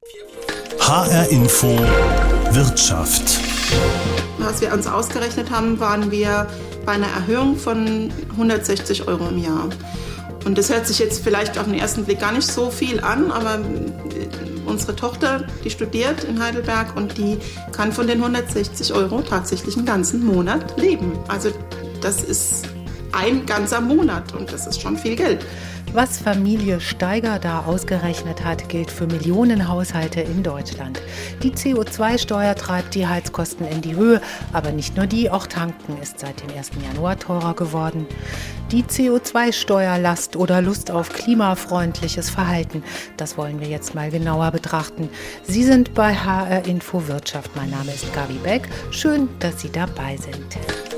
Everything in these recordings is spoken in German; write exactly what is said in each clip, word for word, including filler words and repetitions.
H R Info Wirtschaft. Was wir uns ausgerechnet haben, waren wir bei einer Erhöhung von hundertsechzig Euro im Jahr. Und das hört sich jetzt vielleicht auf den ersten Blick gar nicht so viel an, aber unsere Tochter, die studiert in Heidelberg und die kann von den hundertsechzig Euro tatsächlich einen ganzen Monat leben. Also das ist ein ganzer Monat und das ist schon viel Geld. Was Familie Steiger da ausgerechnet hat, gilt für Millionen Haushalte in Deutschland. Die C O zwei Steuer treibt die Heizkosten in die Höhe, aber nicht nur die, auch Tanken ist seit dem ersten Januar teurer geworden. Die C O zwei Steuerlast oder Lust auf klimafreundliches Verhalten, das wollen wir jetzt mal genauer betrachten. Sie sind bei H R Info Wirtschaft. Mein Name ist Gabi Beck. Schön, dass Sie dabei sind.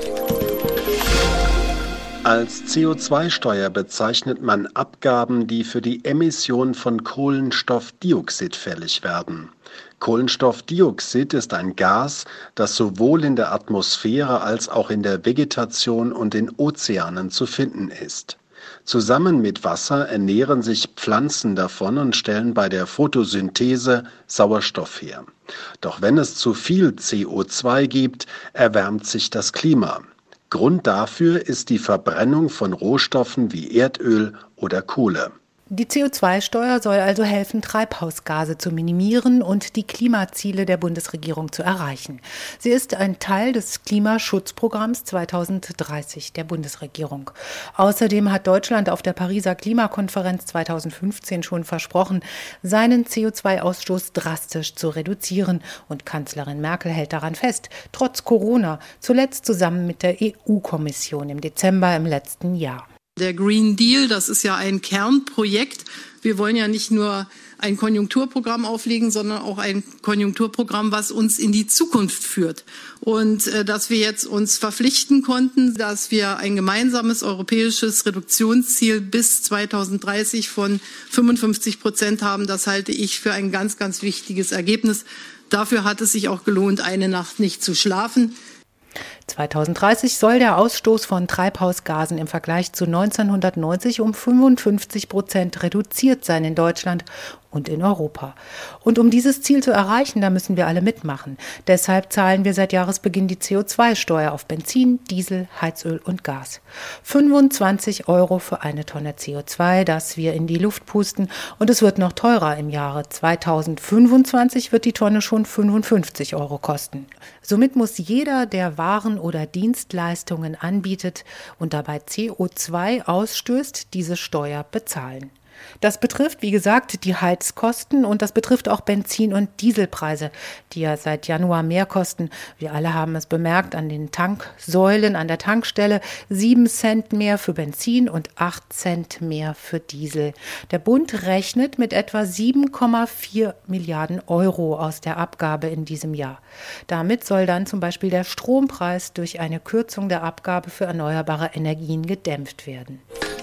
Als C O zwei Steuer bezeichnet man Abgaben, die für die Emission von Kohlenstoffdioxid fällig werden. Kohlenstoffdioxid ist ein Gas, das sowohl in der Atmosphäre als auch in der Vegetation und in Ozeanen zu finden ist. Zusammen mit Wasser ernähren sich Pflanzen davon und stellen bei der Photosynthese Sauerstoff her. Doch wenn es zu viel C O zwei gibt, erwärmt sich das Klima. Grund dafür ist die Verbrennung von Rohstoffen wie Erdöl oder Kohle. Die C O zwei Steuer soll also helfen, Treibhausgase zu minimieren und die Klimaziele der Bundesregierung zu erreichen. Sie ist ein Teil des Klimaschutzprogramms zweitausenddreißig der Bundesregierung. Außerdem hat Deutschland auf der Pariser Klimakonferenz zweitausendfünfzehn schon versprochen, seinen C O zwei Ausstoß drastisch zu reduzieren. Und Kanzlerin Merkel hält daran fest, trotz Corona, zuletzt zusammen mit der E U-Kommission im Dezember im letzten Jahr. Der Green Deal, das ist ja ein Kernprojekt. Wir wollen ja nicht nur ein Konjunkturprogramm auflegen, sondern auch ein Konjunkturprogramm, was uns in die Zukunft führt. Und äh, dass wir jetzt uns verpflichten konnten, dass wir ein gemeinsames europäisches Reduktionsziel bis zweitausenddreißig von fünfundfünfzig Prozent haben, das halte ich für ein ganz, ganz wichtiges Ergebnis. Dafür hat es sich auch gelohnt, eine Nacht nicht zu schlafen. zweitausenddreißig soll der Ausstoß von Treibhausgasen im Vergleich zu neunzehnhundertneunzig um fünfundfünfzig Prozent reduziert sein in Deutschland und in Europa. Und um dieses Ziel zu erreichen, da müssen wir alle mitmachen. Deshalb zahlen wir seit Jahresbeginn die C O zwei Steuer auf Benzin, Diesel, Heizöl und Gas. fünfundzwanzig Euro für eine Tonne C O zwei, das wir in die Luft pusten. Und es wird noch teurer. Im Jahre zweitausendfünfundzwanzig wird die Tonne schon fünfundfünfzig Euro kosten. Somit muss jeder, der Waren oder Dienstleistungen anbietet und dabei C O zwei ausstößt, diese Steuer bezahlen. Das betrifft, wie gesagt, die Heizkosten und das betrifft auch Benzin- und Dieselpreise, die ja seit Januar mehr kosten. Wir alle haben es bemerkt an den Tanksäulen, an der Tankstelle. Sieben Cent mehr für Benzin und acht Cent mehr für Diesel. Der Bund rechnet mit etwa sieben Komma vier Milliarden Euro aus der Abgabe in diesem Jahr. Damit soll dann zum Beispiel der Strompreis durch eine Kürzung der Abgabe für erneuerbare Energien gedämpft werden.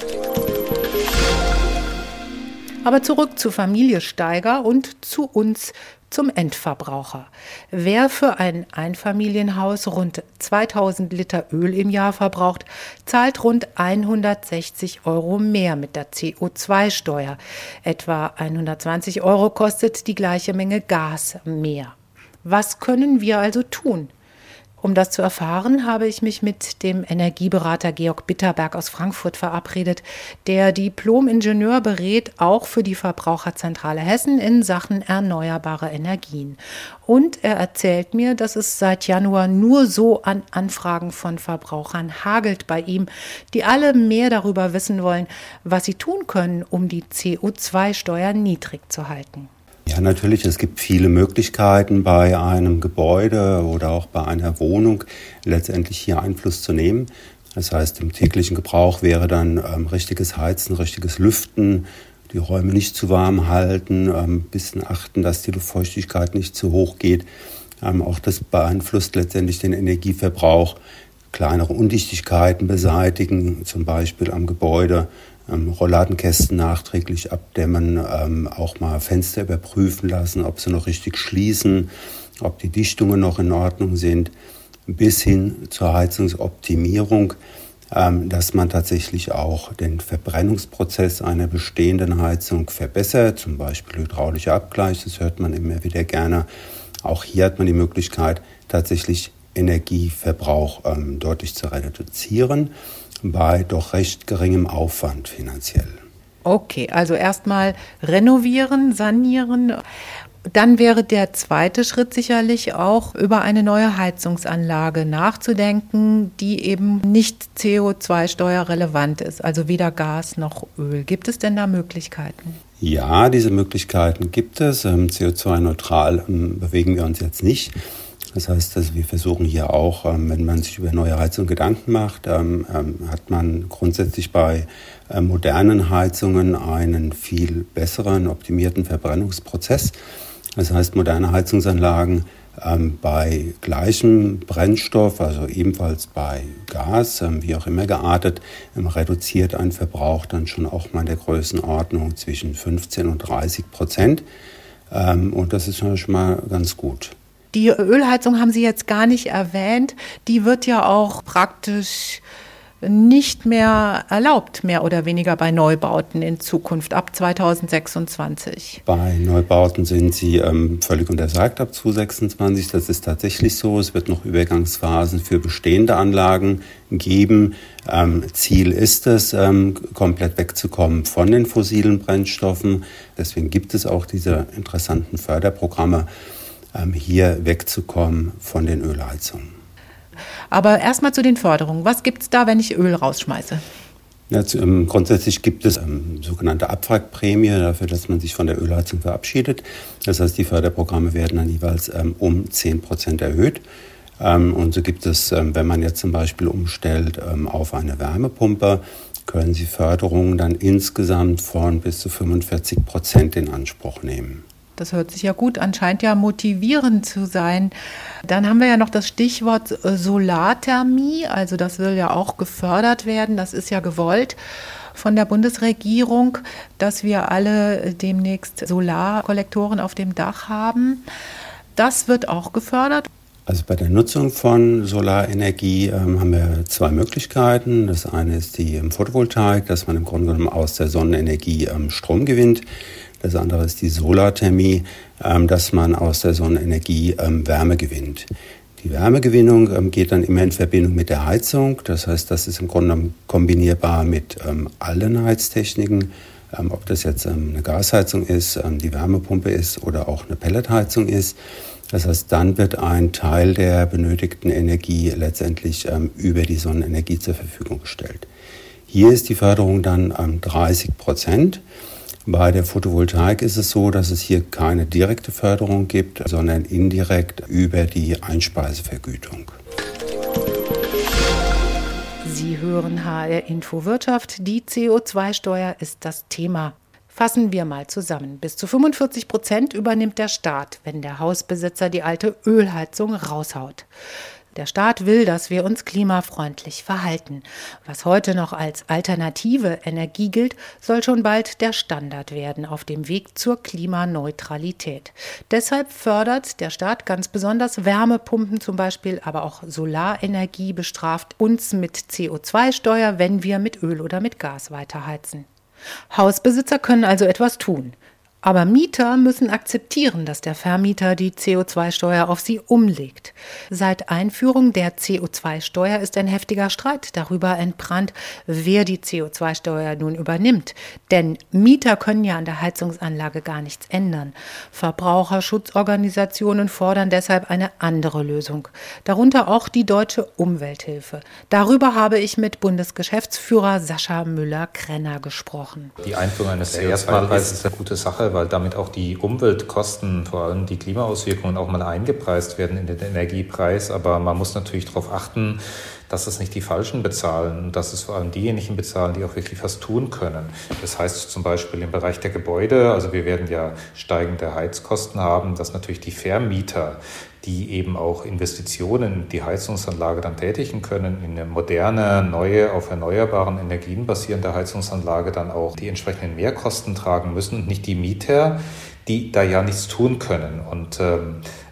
Aber zurück zur Familie Steiger und zu uns, zum Endverbraucher. Wer für ein Einfamilienhaus rund zweitausend Liter Öl im Jahr verbraucht, zahlt rund hundertsechzig Euro mehr mit der C O zwei Steuer. Etwa hundertzwanzig Euro kostet die gleiche Menge Gas mehr. Was können wir also tun? Um das zu erfahren, habe ich mich mit dem Energieberater Georg Bitterberg aus Frankfurt verabredet, der Diplom-Ingenieur berät, auch für die Verbraucherzentrale Hessen in Sachen erneuerbare Energien. Und er erzählt mir, dass es seit Januar nur so an Anfragen von Verbrauchern hagelt bei ihm, die alle mehr darüber wissen wollen, was sie tun können, um die C O zwei Steuer niedrig zu halten. Ja, natürlich, es gibt viele Möglichkeiten, bei einem Gebäude oder auch bei einer Wohnung letztendlich hier Einfluss zu nehmen. Das heißt, im täglichen Gebrauch wäre dann ähm, richtiges Heizen, richtiges Lüften, die Räume nicht zu warm halten, ein ähm, bisschen achten, dass die Luftfeuchtigkeit nicht zu hoch geht. Ähm, auch das beeinflusst letztendlich den Energieverbrauch. Kleinere Undichtigkeiten beseitigen, zum Beispiel am Gebäude. Ähm, Rollladenkästen nachträglich abdämmen, ähm, auch mal Fenster überprüfen lassen, ob sie noch richtig schließen, ob die Dichtungen noch in Ordnung sind, bis hin zur Heizungsoptimierung. dass man tatsächlich auch den Verbrennungsprozess einer bestehenden Heizung verbessert, zum Beispiel hydraulischer Abgleich, das hört man immer wieder gerne. Auch hier hat man die Möglichkeit, tatsächlich Energieverbrauch ähm, deutlich zu reduzieren, bei doch recht geringem Aufwand finanziell. Okay, also erstmal renovieren, sanieren. Dann wäre der zweite Schritt sicherlich auch, über eine neue Heizungsanlage nachzudenken, die eben nicht C O zwei steuerrelevant ist, also weder Gas noch Öl. Gibt es denn da Möglichkeiten? Ja, diese Möglichkeiten gibt es. Ähm, C O zwei neutral ähm, bewegen wir uns jetzt nicht. Das heißt, dass wir versuchen hier auch, ähm, wenn man sich über neue Heizung Gedanken macht, ähm, ähm, hat man grundsätzlich bei äh, modernen Heizungen einen viel besseren, optimierten Verbrennungsprozess. Das heißt, moderne Heizungsanlagen ähm, bei gleichem Brennstoff, also ebenfalls bei Gas, ähm, wie auch immer geartet, ähm, reduziert ein Verbrauch dann schon auch mal in der Größenordnung zwischen fünfzehn und dreißig Prozent. Ähm, und das ist schon mal ganz gut. Die Ölheizung haben Sie jetzt gar nicht erwähnt. Die wird ja auch praktisch nicht mehr erlaubt, mehr oder weniger bei Neubauten in Zukunft, ab zweitausendsechsundzwanzig. Bei Neubauten sind sie ähm, völlig untersagt ab zweitausendsechsundzwanzig. Das ist tatsächlich so. Es wird noch Übergangsphasen für bestehende Anlagen geben. Ähm, Ziel ist es, ähm, komplett wegzukommen von den fossilen Brennstoffen. Deswegen gibt es auch diese interessanten Förderprogramme, ähm, hier wegzukommen von den Ölheizungen. Aber erstmal zu den Förderungen. Was gibt es da, wenn ich Öl rausschmeiße? Ja, zu, ähm, grundsätzlich gibt es ähm, sogenannte Abwrackprämie dafür, dass man sich von der Ölheizung verabschiedet. Das heißt, die Förderprogramme werden dann jeweils ähm, um zehn Prozent erhöht. Ähm, und so gibt es, ähm, wenn man jetzt zum Beispiel umstellt ähm, auf eine Wärmepumpe, können Sie Förderungen dann insgesamt von bis zu fünfundvierzig Prozent in Anspruch nehmen. Das hört sich ja gut an, scheint ja motivierend zu sein. Dann haben wir ja noch das Stichwort Solarthermie, also das will ja auch gefördert werden, das ist ja gewollt von der Bundesregierung, dass wir alle demnächst Solarkollektoren auf dem Dach haben. Das wird auch gefördert. Also bei der Nutzung von Solarenergie ähm, haben wir zwei Möglichkeiten. Das eine ist die ähm, Photovoltaik, dass man im Grunde genommen aus der Sonnenenergie ähm, Strom gewinnt. Das andere ist die Solarthermie, ähm, dass man aus der Sonnenenergie ähm, Wärme gewinnt. Die Wärmegewinnung ähm, geht dann immer in Verbindung mit der Heizung. Das heißt, das ist im Grunde genommen kombinierbar mit ähm, allen Heiztechniken. Ähm, ob das jetzt ähm, eine Gasheizung ist, ähm, die Wärmepumpe ist oder auch eine Pelletheizung ist. Das heißt, dann wird ein Teil der benötigten Energie letztendlich ähm, über die Sonnenenergie zur Verfügung gestellt. Hier ist die Förderung dann ähm, dreißig Prozent. Bei der Photovoltaik ist es so, dass es hier keine direkte Förderung gibt, sondern indirekt über die Einspeisevergütung. Sie hören H R Info Wirtschaft. Die C O zwei Steuer ist das Thema. Fassen wir mal zusammen. Bis zu fünfundvierzig Prozent übernimmt der Staat, wenn der Hausbesitzer die alte Ölheizung raushaut. Der Staat will, dass wir uns klimafreundlich verhalten. Was heute noch als alternative Energie gilt, soll schon bald der Standard werden auf dem Weg zur Klimaneutralität. Deshalb fördert der Staat ganz besonders Wärmepumpen zum Beispiel, aber auch Solarenergie bestraft uns mit C O zwei Steuer, wenn wir mit Öl oder mit Gas weiterheizen. Hausbesitzer können also etwas tun. Aber Mieter müssen akzeptieren, dass der Vermieter die C O zwei Steuer auf sie umlegt. Seit Einführung der C O zwei Steuer ist ein heftiger Streit darüber entbrannt, wer die C O zwei Steuer nun übernimmt. Denn Mieter können ja an der Heizungsanlage gar nichts ändern. Verbraucherschutzorganisationen fordern deshalb eine andere Lösung. Darunter auch die Deutsche Umwelthilfe. Darüber habe ich mit Bundesgeschäftsführer Sascha Müller-Krenner gesprochen. Die Einführung eines C O zwei Preises ist eine gute Sache, weil damit auch die Umweltkosten, vor allem die Klimaauswirkungen, auch mal eingepreist werden in den Energiepreis. Aber man muss natürlich darauf achten, dass es nicht die Falschen bezahlen und dass es vor allem diejenigen bezahlen, die auch wirklich was tun können. Das heißt zum Beispiel im Bereich der Gebäude, also wir werden ja steigende Heizkosten haben, dass natürlich die Vermieter, die eben auch Investitionen in die Heizungsanlage dann tätigen können, in eine moderne, neue, auf erneuerbaren Energien basierende Heizungsanlage dann auch die entsprechenden Mehrkosten tragen müssen und nicht die Mieter, die da ja nichts tun können. Und ähm,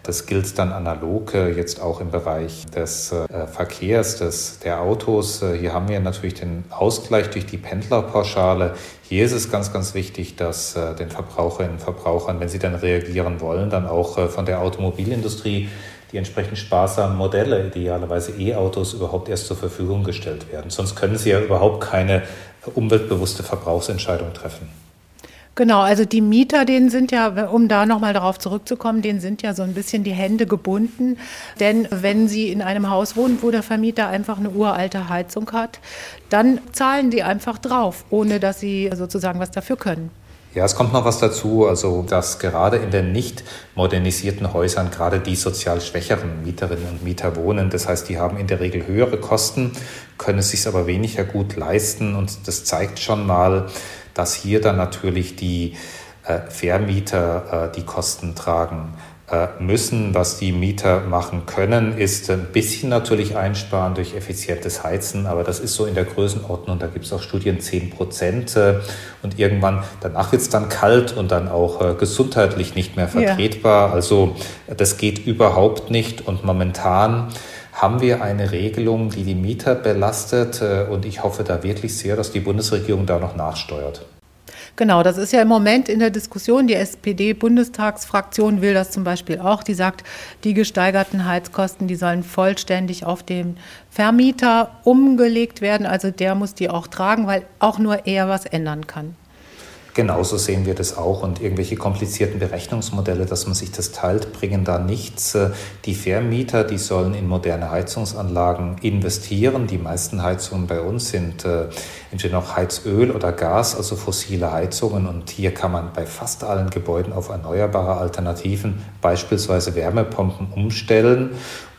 Das gilt dann analog äh, jetzt auch im Bereich des äh, Verkehrs, des, der Autos. Äh, hier haben wir natürlich den Ausgleich durch die Pendlerpauschale. Hier ist es ganz, ganz wichtig, dass äh, den Verbraucherinnen und Verbrauchern, wenn sie dann reagieren wollen, dann auch äh, von der Automobilindustrie die entsprechend sparsamen Modelle, idealerweise E-Autos, überhaupt erst zur Verfügung gestellt werden. Sonst können sie ja überhaupt keine umweltbewusste Verbrauchsentscheidung treffen. Genau, also die Mieter, denen sind ja, um da nochmal darauf zurückzukommen, denen sind ja so ein bisschen die Hände gebunden. Denn wenn sie in einem Haus wohnen, wo der Vermieter einfach eine uralte Heizung hat, dann zahlen die einfach drauf, ohne dass sie sozusagen was dafür können. Ja, es kommt noch was dazu, also dass gerade in den nicht modernisierten Häusern gerade die sozial schwächeren Mieterinnen und Mieter wohnen. Das heißt, die haben in der Regel höhere Kosten, können es sich aber weniger gut leisten. Und das zeigt schon mal, dass hier dann natürlich die äh, Vermieter äh, die Kosten tragen äh, müssen. Was die Mieter machen können, ist ein bisschen natürlich einsparen durch effizientes Heizen, aber das ist so in der Größenordnung, da gibt es auch Studien, zehn Prozent äh, und irgendwann, danach wird es dann kalt und dann auch äh, gesundheitlich nicht mehr vertretbar. Ja. Also das geht überhaupt nicht und momentan haben wir eine Regelung, die die Mieter belastet und ich hoffe da wirklich sehr, dass die Bundesregierung da noch nachsteuert. Genau, das ist ja im Moment in der Diskussion. Die S P D-Bundestagsfraktion will das zum Beispiel auch. Die sagt, die gesteigerten Heizkosten, die sollen vollständig auf den Vermieter umgelegt werden. Also der muss die auch tragen, weil auch nur er was ändern kann. Genauso sehen wir das auch und irgendwelche komplizierten Berechnungsmodelle, dass man sich das teilt, bringen da nichts. Die Vermieter, die sollen in moderne Heizungsanlagen investieren. Die meisten Heizungen bei uns sind äh, entweder noch Heizöl oder Gas, also fossile Heizungen. Und hier kann man bei fast allen Gebäuden auf erneuerbare Alternativen, beispielsweise Wärmepumpen, umstellen.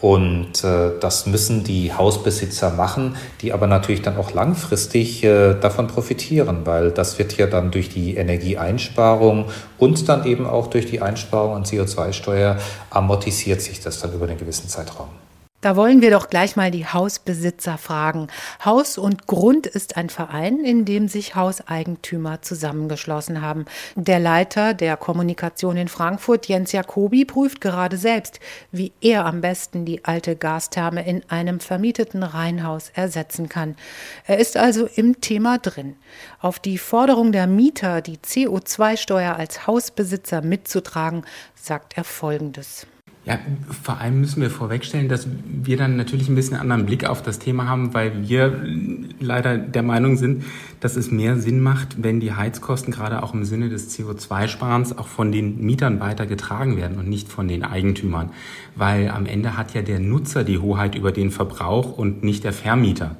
Und äh, das müssen die Hausbesitzer machen, die aber natürlich dann auch langfristig äh, davon profitieren, weil das wird ja dann durch die Energieeinsparung und dann eben auch durch die Einsparung an C O zwei Steuer amortisiert sich das dann über einen gewissen Zeitraum. Da wollen wir doch gleich mal die Hausbesitzer fragen. Haus und Grund ist ein Verein, in dem sich Hauseigentümer zusammengeschlossen haben. Der Leiter der Kommunikation in Frankfurt, Jens Jacobi, prüft gerade selbst, wie er am besten die alte Gastherme in einem vermieteten Reihenhaus ersetzen kann. Er ist also im Thema drin. Auf die Forderung der Mieter, die C O zwei Steuer als Hausbesitzer mitzutragen, sagt er Folgendes. Ja, vor allem müssen wir vorwegstellen, dass wir dann natürlich ein bisschen einen anderen Blick auf das Thema haben, weil wir leider der Meinung sind, dass es mehr Sinn macht, wenn die Heizkosten gerade auch im Sinne des C O zwei Sparens auch von den Mietern weiter getragen werden und nicht von den Eigentümern. Weil am Ende hat ja der Nutzer die Hoheit über den Verbrauch und nicht der Vermieter.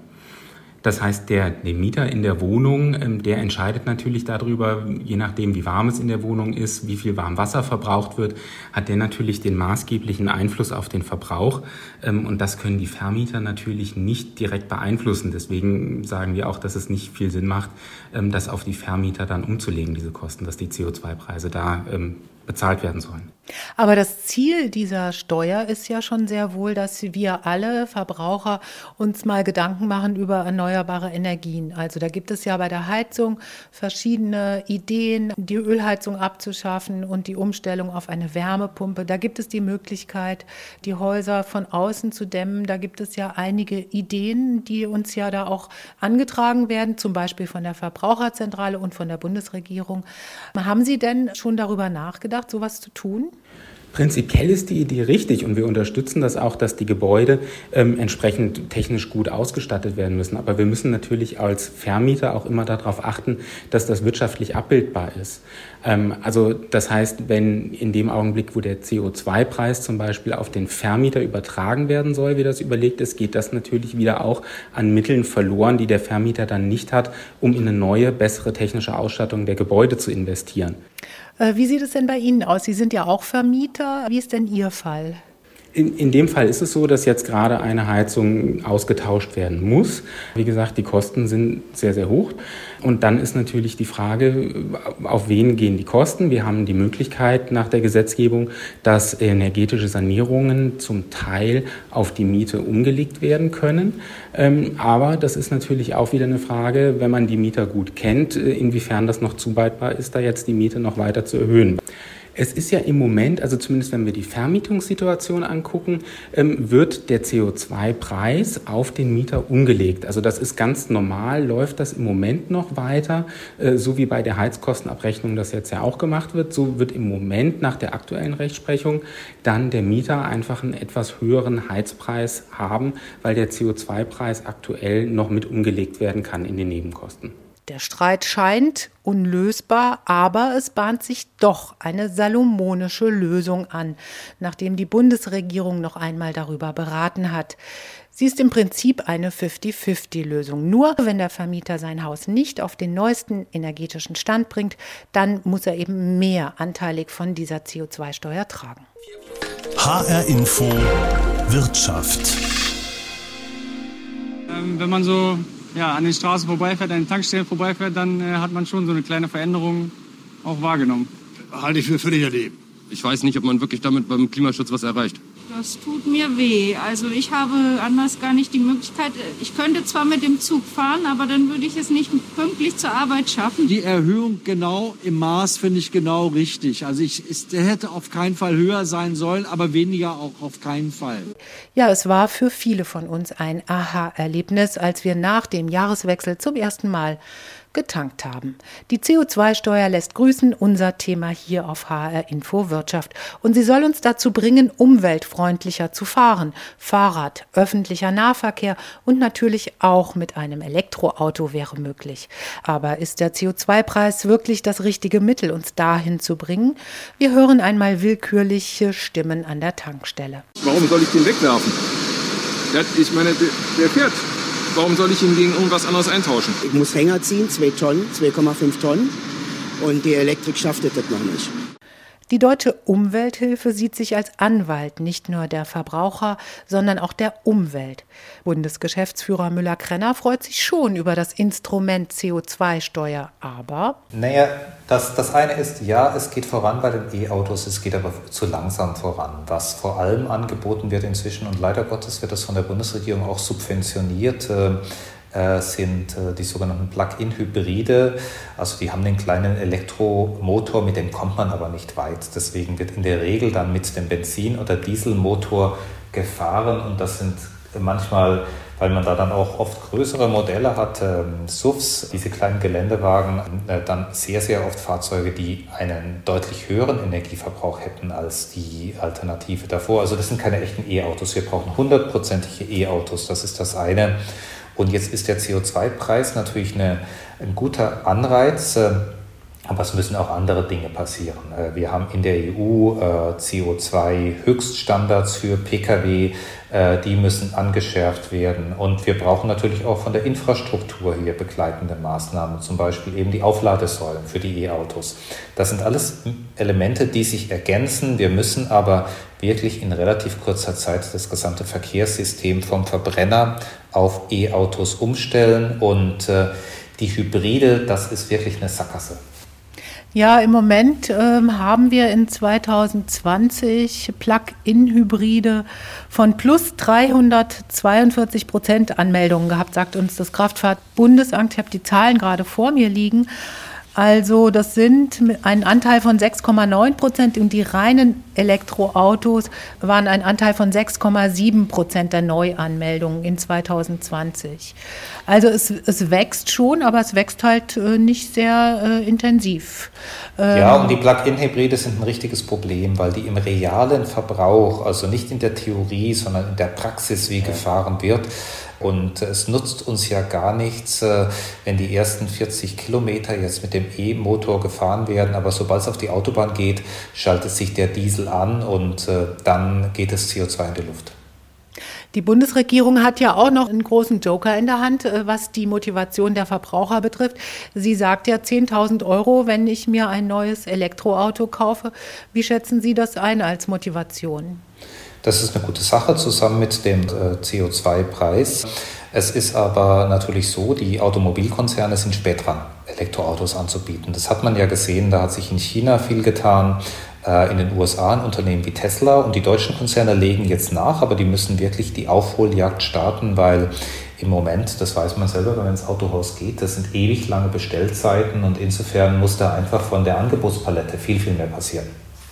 Das heißt, der, der Mieter in der Wohnung, der entscheidet natürlich darüber, je nachdem, wie warm es in der Wohnung ist, wie viel Warmwasser verbraucht wird, hat der natürlich den maßgeblichen Einfluss auf den Verbrauch. Und das können die Vermieter natürlich nicht direkt beeinflussen. Deswegen sagen wir auch, dass es nicht viel Sinn macht, das auf die Vermieter dann umzulegen, diese Kosten, dass die C O zwei Preise da bezahlt werden sollen. Aber das Ziel dieser Steuer ist ja schon sehr wohl, dass wir alle Verbraucher uns mal Gedanken machen über erneuerbare Energien. Also da gibt es ja bei der Heizung verschiedene Ideen, die Ölheizung abzuschaffen und die Umstellung auf eine Wärmepumpe. Da gibt es die Möglichkeit, die Häuser von außen zu dämmen. Da gibt es ja einige Ideen, die uns ja da auch angetragen werden, zum Beispiel von der Verbraucherzentrale und von der Bundesregierung. Haben Sie denn schon darüber nachgedacht, sowas zu tun? Prinzipiell ist die Idee richtig und wir unterstützen das auch, dass die Gebäude ähm, entsprechend technisch gut ausgestattet werden müssen. Aber wir müssen natürlich als Vermieter auch immer darauf achten, dass das wirtschaftlich abbildbar ist. Ähm, also das heißt, wenn in dem Augenblick, wo der C O zwei Preis zum Beispiel auf den Vermieter übertragen werden soll, wie das überlegt ist, geht das natürlich wieder auch an Mitteln verloren, die der Vermieter dann nicht hat, um in eine neue, bessere technische Ausstattung der Gebäude zu investieren. Wie sieht es denn bei Ihnen aus? Sie sind ja auch Vermieter. Wie ist denn Ihr Fall? In, in dem Fall ist es so, dass jetzt gerade eine Heizung ausgetauscht werden muss. Wie gesagt, die Kosten sind sehr, sehr hoch. Und dann ist natürlich die Frage, auf wen gehen die Kosten? Wir haben die Möglichkeit nach der Gesetzgebung, dass energetische Sanierungen zum Teil auf die Miete umgelegt werden können. Aber das ist natürlich auch wieder eine Frage, wenn man die Mieter gut kennt, inwiefern das noch zuweisbar ist, da jetzt die Miete noch weiter zu erhöhen. Es ist ja im Moment, also zumindest wenn wir die Vermietungssituation angucken, ähm, wird der C O zwei Preis auf den Mieter umgelegt. Also das ist ganz normal, läuft das im Moment noch weiter, äh, so wie bei der Heizkostenabrechnung das jetzt ja auch gemacht wird. So wird im Moment nach der aktuellen Rechtsprechung dann der Mieter einfach einen etwas höheren Heizpreis haben, weil der C O zwei Preis aktuell noch mit umgelegt werden kann in den Nebenkosten. Der Streit scheint unlösbar, aber es bahnt sich doch eine salomonische Lösung an, nachdem die Bundesregierung noch einmal darüber beraten hat. Sie ist im Prinzip eine fifty-fifty-Lösung. Nur wenn der Vermieter sein Haus nicht auf den neuesten energetischen Stand bringt, dann muss er eben mehr anteilig von dieser C O zwei Steuer tragen. H R Info Wirtschaft. Ähm, wenn man so ja, an den Straßen vorbeifährt, an den Tankstellen vorbeifährt, dann äh, hat man schon so eine kleine Veränderung auch wahrgenommen. Halte ich für völlig daneben. Ich weiß nicht, ob man wirklich damit beim Klimaschutz was erreicht. Das tut mir weh. Also ich habe anders gar nicht die Möglichkeit. Ich könnte zwar mit dem Zug fahren, aber dann würde ich es nicht pünktlich zur Arbeit schaffen. Die Erhöhung genau im Maß finde ich genau richtig. Also ich, es hätte auf keinen Fall höher sein sollen, aber weniger auch auf keinen Fall. Ja, es war für viele von uns ein Aha-Erlebnis, als wir nach dem Jahreswechsel zum ersten Mal getankt haben. Die C O zwei Steuer lässt grüßen, unser Thema hier auf H R Info Wirtschaft. Und sie soll uns dazu bringen, umweltfreundlicher zu fahren. Fahrrad, öffentlicher Nahverkehr und natürlich auch mit einem Elektroauto wäre möglich. Aber ist der C O zwei Preis wirklich das richtige Mittel, uns dahin zu bringen? Wir hören einmal willkürliche Stimmen an der Tankstelle. Warum soll ich den wegwerfen? Der, ich meine, der, der fährt. Warum soll ich ihn gegen irgendwas anderes eintauschen? Ich muss Hänger ziehen, zwei Tonnen, zwei Komma fünf Tonnen. Und die Elektrik schafft das noch nicht. Die Deutsche Umwelthilfe sieht sich als Anwalt nicht nur der Verbraucher, sondern auch der Umwelt. Bundesgeschäftsführer Müller-Krenner freut sich schon über das Instrument C O zwei Steuer, aber... Naja, das, das eine ist, ja, es geht voran bei den E-Autos, es geht aber zu langsam voran. Was vor allem angeboten wird inzwischen, und leider Gottes wird das von der Bundesregierung auch subventioniert, äh, Äh, sind äh, die sogenannten Plug-in-Hybride. Also die haben einen kleinen Elektromotor, mit dem kommt man aber nicht weit. Deswegen wird in der Regel dann mit dem Benzin- oder Dieselmotor gefahren, und das sind manchmal, weil man da dann auch oft größere Modelle hat, ähm, S U Vs, diese kleinen Geländewagen, äh, dann sehr, sehr oft Fahrzeuge, die einen deutlich höheren Energieverbrauch hätten als die Alternative davor. Also das sind keine echten E-Autos. Wir brauchen hundertprozentige E-Autos, das ist das eine. Und jetzt ist der C O zwei Preis natürlich eine, ein guter Anreiz, äh, aber es müssen auch andere Dinge passieren. Äh, wir haben in der E U äh, C O zwei Höchststandards für Pkw, äh, die müssen angeschärft werden. Und wir brauchen natürlich auch von der Infrastruktur hier begleitende Maßnahmen, zum Beispiel eben die Aufladesäulen für die E-Autos. Das sind alles Elemente, die sich ergänzen. Wir müssen aber wirklich in relativ kurzer Zeit das gesamte Verkehrssystem vom Verbrenner auf E-Autos umstellen, und äh, die Hybride, das ist wirklich eine Sackgasse. Ja, im Moment ähm, haben wir in zwanzig zwanzig Plug-in-Hybride von plus dreihundertzweiundvierzig Prozent Anmeldungen gehabt, sagt uns das Kraftfahrtbundesamt. Ich habe die Zahlen gerade vor mir liegen. Also das sind ein Anteil von sechs Komma neun Prozent, und die reinen Elektroautos waren ein Anteil von sechs Komma sieben Prozent der Neuanmeldungen in zwanzig zwanzig. Also es, es wächst schon, aber es wächst halt äh, nicht sehr äh, intensiv. Ähm ja, und die Plug-in-Hybride sind ein richtiges Problem, weil die im realen Verbrauch, also nicht in der Theorie, sondern in der Praxis, wie gefahren wird. Und es nutzt uns ja gar nichts, wenn die ersten vierzig Kilometer jetzt mit dem E-Motor gefahren werden. Aber sobald es auf die Autobahn geht, schaltet sich der Diesel an, und dann geht das C O zwei in die Luft. Die Bundesregierung hat ja auch noch einen großen Joker in der Hand, was die Motivation der Verbraucher betrifft. Sie sagt ja zehntausend Euro, wenn ich mir ein neues Elektroauto kaufe. Wie schätzen Sie das ein als Motivation? Das ist eine gute Sache zusammen mit dem äh, C O zwei Preis. Es ist aber natürlich so, die Automobilkonzerne sind spät dran, Elektroautos anzubieten. Das hat man ja gesehen, da hat sich in China viel getan, äh, in den U S A ein Unternehmen wie Tesla, und die deutschen Konzerne legen jetzt nach, aber die müssen wirklich die Aufholjagd starten, weil im Moment, das weiß man selber, wenn man ins Autohaus geht, das sind ewig lange Bestellzeiten, und insofern muss da einfach von der Angebotspalette viel, viel mehr passieren.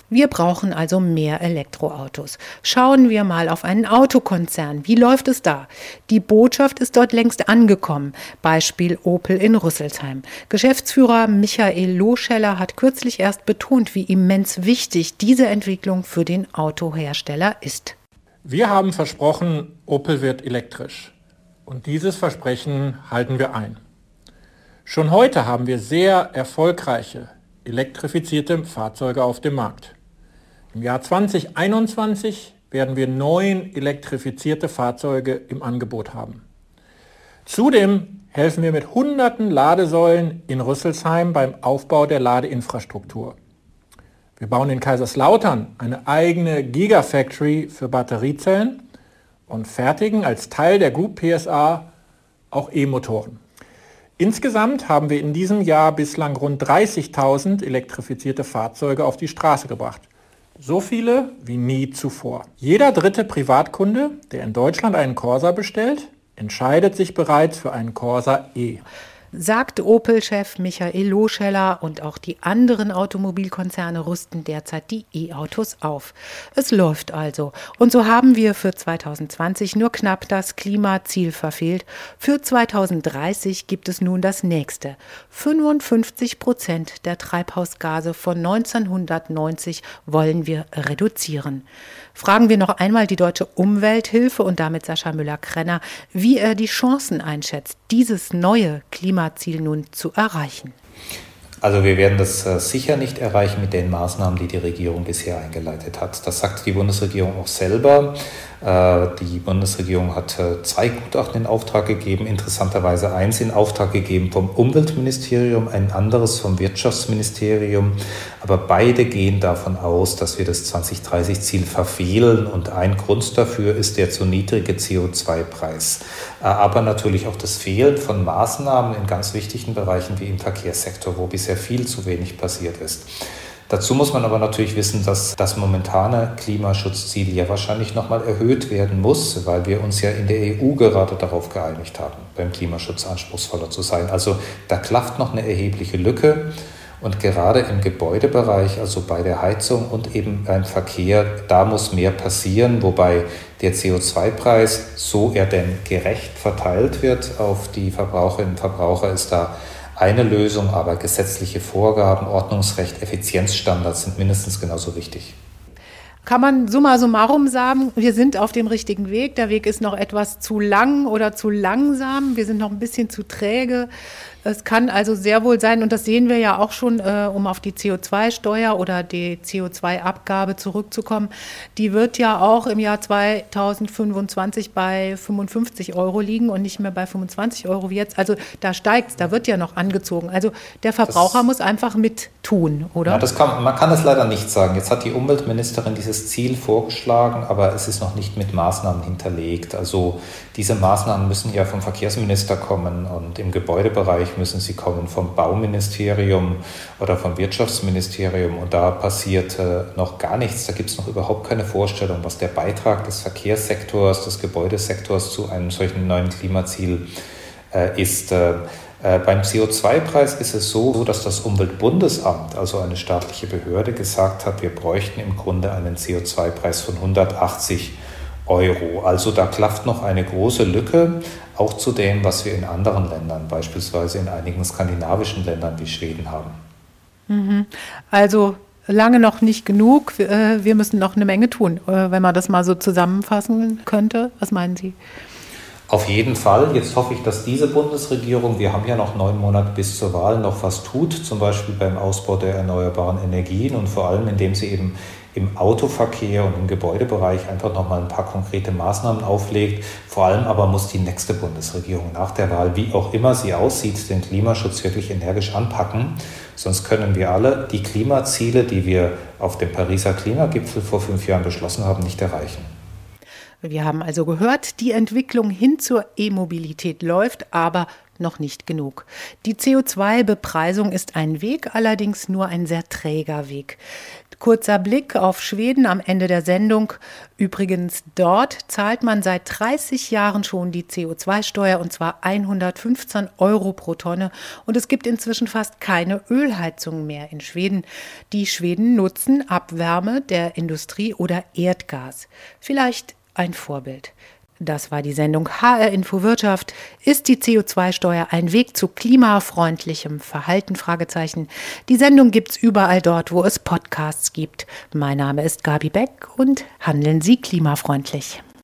Wir brauchen also mehr Elektroautos. Schauen wir mal auf einen Autokonzern. Wie läuft es da? Die Botschaft ist dort längst angekommen. Beispiel Opel in Rüsselsheim. Geschäftsführer Michael Loscheller hat kürzlich erst betont, wie immens wichtig diese Entwicklung für den Autohersteller ist. Wir haben versprochen, Opel wird elektrisch. Und dieses Versprechen halten wir ein. Schon heute haben wir sehr erfolgreiche elektrifizierte Fahrzeuge auf dem Markt. Im Jahr zwanzig einundzwanzig werden wir neun elektrifizierte Fahrzeuge im Angebot haben. Zudem helfen wir mit hunderten Ladesäulen in Rüsselsheim beim Aufbau der Ladeinfrastruktur. Wir bauen in Kaiserslautern eine eigene Gigafactory für Batteriezellen und fertigen als Teil der Group P S A auch E-Motoren. Insgesamt haben wir in diesem Jahr bislang rund dreißigtausend elektrifizierte Fahrzeuge auf die Straße gebracht. So viele wie nie zuvor. Jeder dritte Privatkunde, der in Deutschland einen Corsa bestellt, entscheidet sich bereits für einen Corsa E. Sagt Opel-Chef Michael Loscheller, und auch die anderen Automobilkonzerne rüsten derzeit die E-Autos auf. Es läuft also. Und so haben wir für zweitausendzwanzig nur knapp das Klimaziel verfehlt. Für zweitausenddreißig gibt es nun das nächste. fünfundfünfzig Prozent der Treibhausgase von neunzehnhundertneunzig wollen wir reduzieren. Fragen wir noch einmal die Deutsche Umwelthilfe und damit Sascha Müller-Krenner, wie er die Chancen einschätzt, dieses neue Klimaziel nun zu erreichen. Also wir werden das äh, sicher nicht erreichen mit den Maßnahmen, die die Regierung bisher eingeleitet hat. Das sagt die Bundesregierung auch selber. Äh, die Bundesregierung hat äh, zwei Gutachten in Auftrag gegeben, interessanterweise eins in Auftrag gegeben vom Umweltministerium, ein anderes vom Wirtschaftsministerium. Aber beide gehen davon aus, dass wir das zwanzig dreißig Ziel verfehlen, und ein Grund dafür ist der zu niedrige C O zwei Preis. Äh, aber natürlich auch das Fehlen von Maßnahmen in ganz wichtigen Bereichen wie im Verkehrssektor, wo bisher viel zu wenig passiert ist. Dazu muss man aber natürlich wissen, dass das momentane Klimaschutzziel ja wahrscheinlich nochmal erhöht werden muss, weil wir uns ja in der E U gerade darauf geeinigt haben, beim Klimaschutz anspruchsvoller zu sein. Also da klafft noch eine erhebliche Lücke, und gerade im Gebäudebereich, also bei der Heizung und eben beim Verkehr, da muss mehr passieren, wobei der C O zwei Preis, so er denn gerecht verteilt wird auf die Verbraucherinnen und Verbraucher, ist da eine Lösung, aber gesetzliche Vorgaben, Ordnungsrecht, Effizienzstandards sind mindestens genauso wichtig. Kann man summa summarum sagen, wir sind auf dem richtigen Weg. Der Weg ist noch etwas zu lang oder zu langsam. Wir sind noch ein bisschen zu träge. Es kann also sehr wohl sein, und das sehen wir ja auch schon, äh, um auf die C O zwei Steuer oder die C O zwei Abgabe zurückzukommen, die wird ja auch im Jahr zweitausendfünfundzwanzig bei fünfundfünfzig Euro liegen und nicht mehr bei fünfundzwanzig Euro wie jetzt. Also da steigt es, da wird ja noch angezogen. Also der Verbraucher das, muss einfach mit tun, oder? Ja, das kann, man kann es leider nicht sagen. Jetzt hat die Umweltministerin dieses Ziel vorgeschlagen, aber es ist noch nicht mit Maßnahmen hinterlegt. Also diese Maßnahmen müssen ja vom Verkehrsminister kommen, und im Gebäudebereich müssen sie kommen vom Bauministerium oder vom Wirtschaftsministerium, und da passiert äh, noch gar nichts. Da gibt es noch überhaupt keine Vorstellung, was der Beitrag des Verkehrssektors, des Gebäudesektors zu einem solchen neuen Klimaziel äh, ist. Äh, äh, beim C O zwei Preis ist es so, dass das Umweltbundesamt, also eine staatliche Behörde, gesagt hat, wir bräuchten im Grunde einen C O zwei Preis von hundertachtzig Euro. Also da klafft noch eine große Lücke, auch zu dem, was wir in anderen Ländern, beispielsweise in einigen skandinavischen Ländern wie Schweden haben. Also lange noch nicht genug. Wir müssen noch eine Menge tun, wenn man das mal so zusammenfassen könnte. Was meinen Sie? Auf jeden Fall. Jetzt hoffe ich, dass diese Bundesregierung, wir haben ja noch neun Monate bis zur Wahl, noch was tut, zum Beispiel beim Ausbau der erneuerbaren Energien und vor allem, indem sie eben im Autoverkehr und im Gebäudebereich einfach nochmal ein paar konkrete Maßnahmen auflegt. Vor allem aber muss die nächste Bundesregierung nach der Wahl, wie auch immer sie aussieht, den Klimaschutz wirklich energisch anpacken. Sonst können wir alle die Klimaziele, die wir auf dem Pariser Klimagipfel vor fünf Jahren beschlossen haben, nicht erreichen. Wir haben also gehört, die Entwicklung hin zur E-Mobilität läuft, aber noch nicht genug. Die C O zwei Bepreisung ist ein Weg, allerdings nur ein sehr träger Weg. Kurzer Blick auf Schweden am Ende der Sendung. Übrigens, dort zahlt man seit dreißig Jahren schon die C O zwei Steuer und zwar hundertfünfzehn Euro pro Tonne. Und es gibt inzwischen fast keine Ölheizung mehr in Schweden. Die Schweden nutzen Abwärme der Industrie oder Erdgas. Vielleicht ein Vorbild. Das war die Sendung H R Info Wirtschaft. Ist die C O zwei Steuer ein Weg zu klimafreundlichem Verhalten? Fragezeichen. Die Sendung gibt's überall dort, wo es Podcasts gibt. Mein Name ist Gabi Beck und handeln Sie klimafreundlich.